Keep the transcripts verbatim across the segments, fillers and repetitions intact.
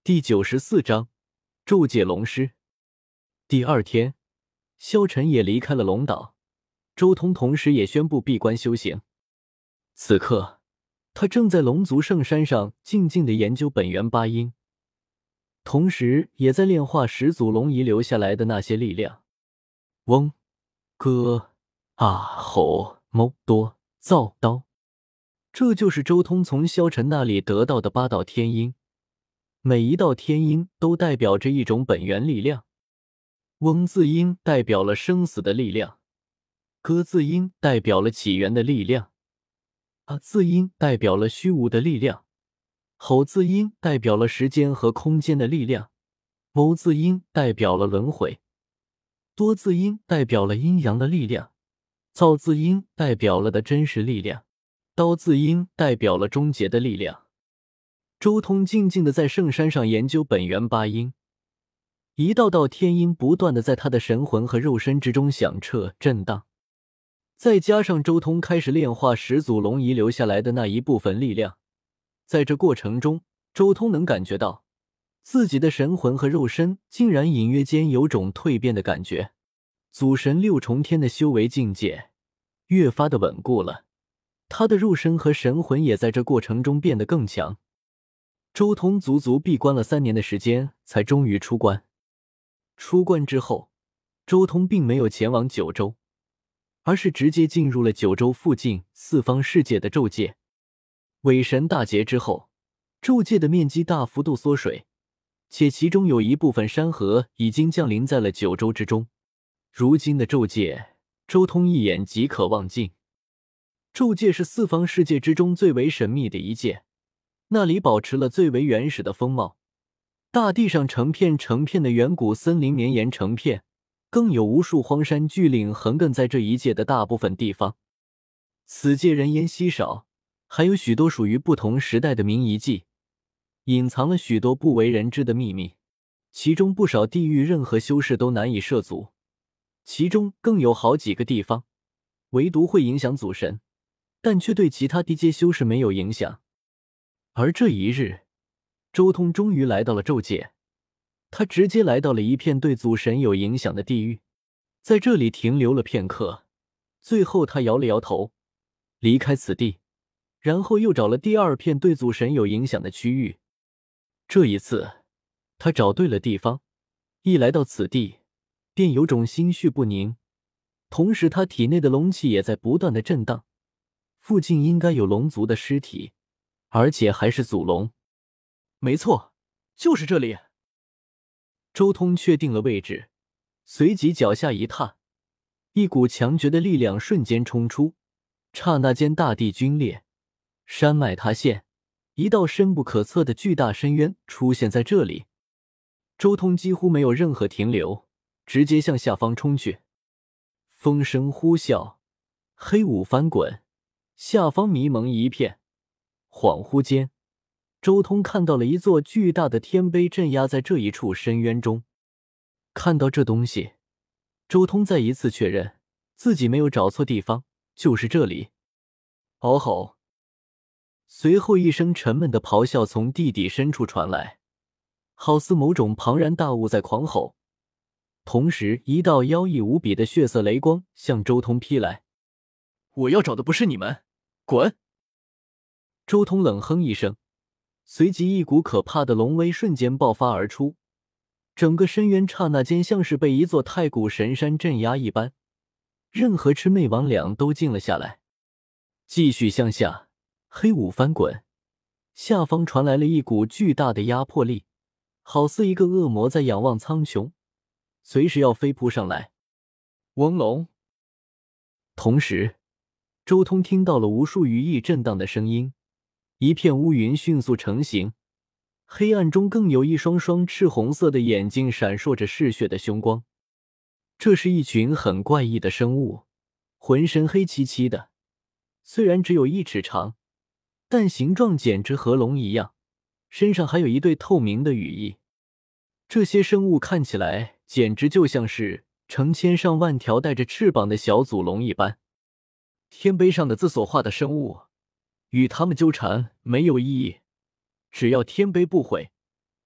第九十四章骤解龙师。第二天，萧晨也离开了龙岛，周通同时也宣布闭关修行。此刻，他正在龙族圣山上静静地研究本源八音，同时也在炼化始祖龙遗留下来的那些力量。嗡、咯、啊、吼、谋、多、造、刀，这就是周通从萧晨那里得到的八道天音。每一道天音都代表着一种本源力量。嗡字音代表了生死的力量，咯字音代表了起源的力量，啊字音代表了虚无的力量，吼字音代表了时间和空间的力量，谋字音代表了轮回，多字音代表了阴阳的力量，造字音代表了的真实力量，刀字音代表了终结的力量。周通静静地在圣山上研究本源八音，一道道天音不断地在他的神魂和肉身之中响彻震荡。再加上周通开始炼化始祖龙遗留下来的那一部分力量，在这过程中，周通能感觉到自己的神魂和肉身竟然隐约间有种蜕变的感觉。祖神六重天的修为境界越发的稳固了，他的肉身和神魂也在这过程中变得更强。周通足足闭关了三年的时间，才终于出关。出关之后，周通并没有前往九州，而是直接进入了九州附近四方世界的咒界。伪神大劫之后，咒界的面积大幅度缩水，且其中有一部分山河已经降临在了九州之中。如今的咒界，周通一眼即可望尽。咒界是四方世界之中最为神秘的一界，那里保持了最为原始的风貌，大地上成片成片的远古森林绵延成片，更有无数荒山巨岭横亘在这一界的大部分地方。此界人烟稀少，还有许多属于不同时代的名遗迹，隐藏了许多不为人知的秘密，其中不少地域任何修士都难以涉足，其中更有好几个地方唯独会影响祖神，但却对其他地阶修士没有影响。而这一日，周通终于来到了咒界，他直接来到了一片对祖神有影响的地域，在这里停留了片刻，最后他摇了摇头，离开此地，然后又找了第二片对祖神有影响的区域。这一次，他找对了地方，一来到此地，便有种心绪不宁，同时他体内的龙气也在不断的震荡，附近应该有龙族的尸体，而且还是祖龙。没错，就是这里。周通确定了位置，随即脚下一踏，一股强绝的力量瞬间冲出，刹那间大地龟裂，山脉塌陷，一道深不可测的巨大深渊出现在这里。周通几乎没有任何停留，直接向下方冲去。风声呼啸，黑雾翻滚，下方迷蒙一片。恍惚间，周通看到了一座巨大的天碑镇压在这一处深渊中。看到这东西，周通再一次确认自己没有找错地方，就是这里。嗷吼！随后一声沉闷的咆哮从地底深处传来，好似某种庞然大物在狂吼。同时，一道妖异无比的血色雷光向周通劈来。我要找的不是你们，滚！周通冷哼一声，随即一股可怕的龙威瞬间爆发而出，整个深渊刹那间像是被一座太古神山镇压一般，任何魑魅魍魉都静了下来。继续向下，黑雾翻滚，下方传来了一股巨大的压迫力，好似一个恶魔在仰望苍穹，随时要飞扑上来。翁龙！同时，周通听到了无数羽翼震荡的声音，一片乌云迅速成型，黑暗中更有一双双赤红色的眼睛闪烁着嗜血的凶光。这是一群很怪异的生物，浑身黑漆漆的，虽然只有一尺长，但形状简直和龙一样，身上还有一对透明的羽翼。这些生物看起来简直就像是成千上万条带着翅膀的小祖龙一般。天碑上的字所化的生物，与他们纠缠没有意义，只要天碑不毁，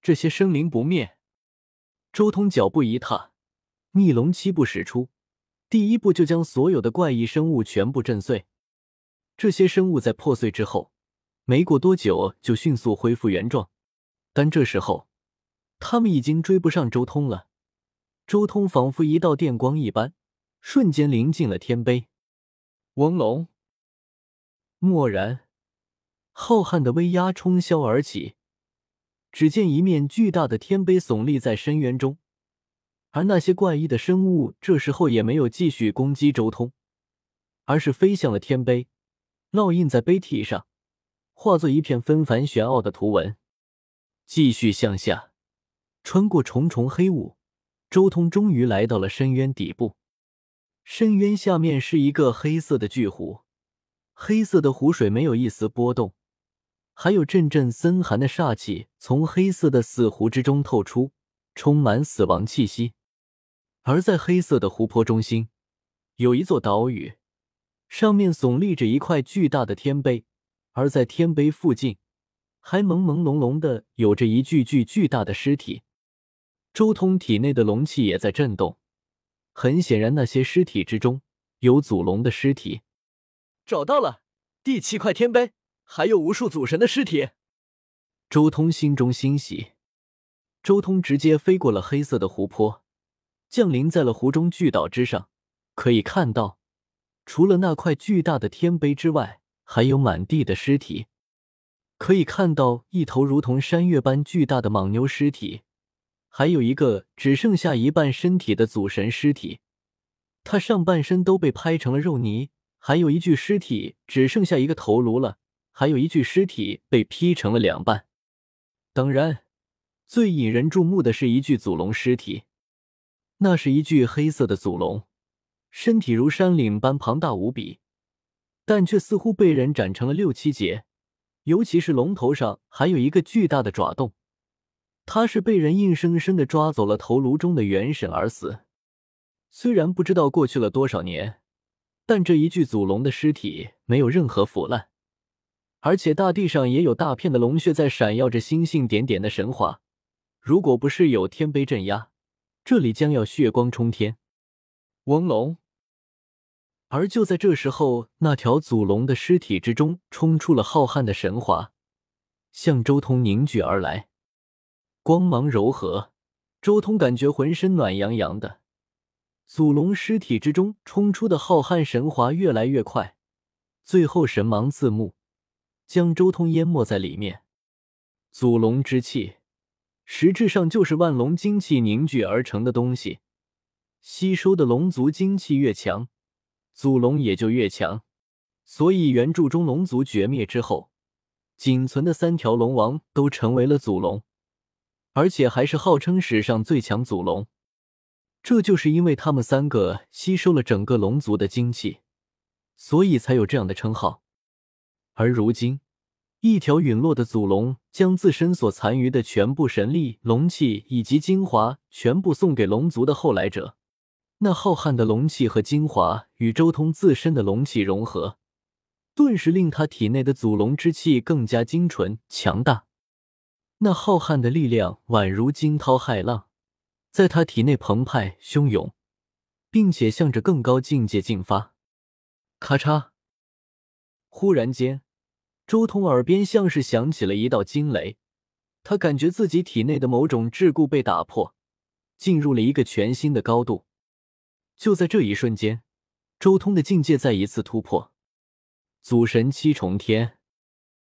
这些生灵不灭。周通脚步一踏，逆龙七步使出，第一步就将所有的怪异生物全部震碎。这些生物在破碎之后，没过多久就迅速恢复原状，但这时候他们已经追不上周通了。周通仿佛一道电光一般，瞬间临近了天碑。翁龙，蓦然，浩瀚的威压冲霄而起，只见一面巨大的天碑耸立在深渊中，而那些怪异的生物这时候也没有继续攻击周通，而是飞向了天碑，烙印在碑体上，化作一片纷繁玄奥的图文。继续向下，穿过重重黑雾，周通终于来到了深渊底部。深渊下面是一个黑色的巨湖，黑色的湖水没有一丝波动，还有阵阵森寒的煞气从黑色的死湖之中透出，充满死亡气息。而在黑色的湖泊中心，有一座岛屿，上面耸立着一块巨大的天碑，而在天碑附近，还朦朦胧胧的有着一具具巨大的尸体。周通体内的龙气也在震动，很显然那些尸体之中有祖龙的尸体。找到了第七块天碑，还有无数祖神的尸体。周通心中欣喜，周通直接飞过了黑色的湖泊，降临在了湖中巨岛之上。可以看到，除了那块巨大的天碑之外，还有满地的尸体。可以看到一头如同山岳般巨大的蟒牛尸体，还有一个只剩下一半身体的祖神尸体，他上半身都被拍成了肉泥，还有一具尸体只剩下一个头颅了，还有一具尸体被劈成了两半。当然，最引人注目的是一具祖龙尸体，那是一具黑色的祖龙，身体如山岭般庞大无比，但却似乎被人斩成了六七节，尤其是龙头上还有一个巨大的爪洞，他是被人硬生生地抓走了头颅中的元神而死。虽然不知道过去了多少年，但这一具祖龙的尸体没有任何腐烂，而且大地上也有大片的龙血在闪耀着星星点点的神华。如果不是有天碑镇压，这里将要血光冲天。翁龙。而就在这时候，那条祖龙的尸体之中冲出了浩瀚的神华，向周通凝聚而来。光芒柔和，周通感觉浑身暖洋洋的。祖龙尸体之中冲出的浩瀚神华越来越快，最后神芒刺目，将周通淹没在里面。祖龙之气实质上就是万龙精气凝聚而成的东西，吸收的龙族精气越强，祖龙也就越强。所以原著中龙族绝灭之后，仅存的三条龙王都成为了祖龙，而且还是号称史上最强祖龙。这就是因为他们三个吸收了整个龙族的精气，所以才有这样的称号。而如今，一条陨落的祖龙将自身所残余的全部神力、龙气以及精华全部送给龙族的后来者。那浩瀚的龙气和精华与周通自身的龙气融合，顿时令他体内的祖龙之气更加精纯强大。那浩瀚的力量宛如惊涛骇浪，在他体内澎湃汹涌，并且向着更高境界进发。咔嚓！忽然间，周通耳边像是响起了一道惊雷，他感觉自己体内的某种桎梏被打破，进入了一个全新的高度。就在这一瞬间，周通的境界再一次突破。祖神七重天。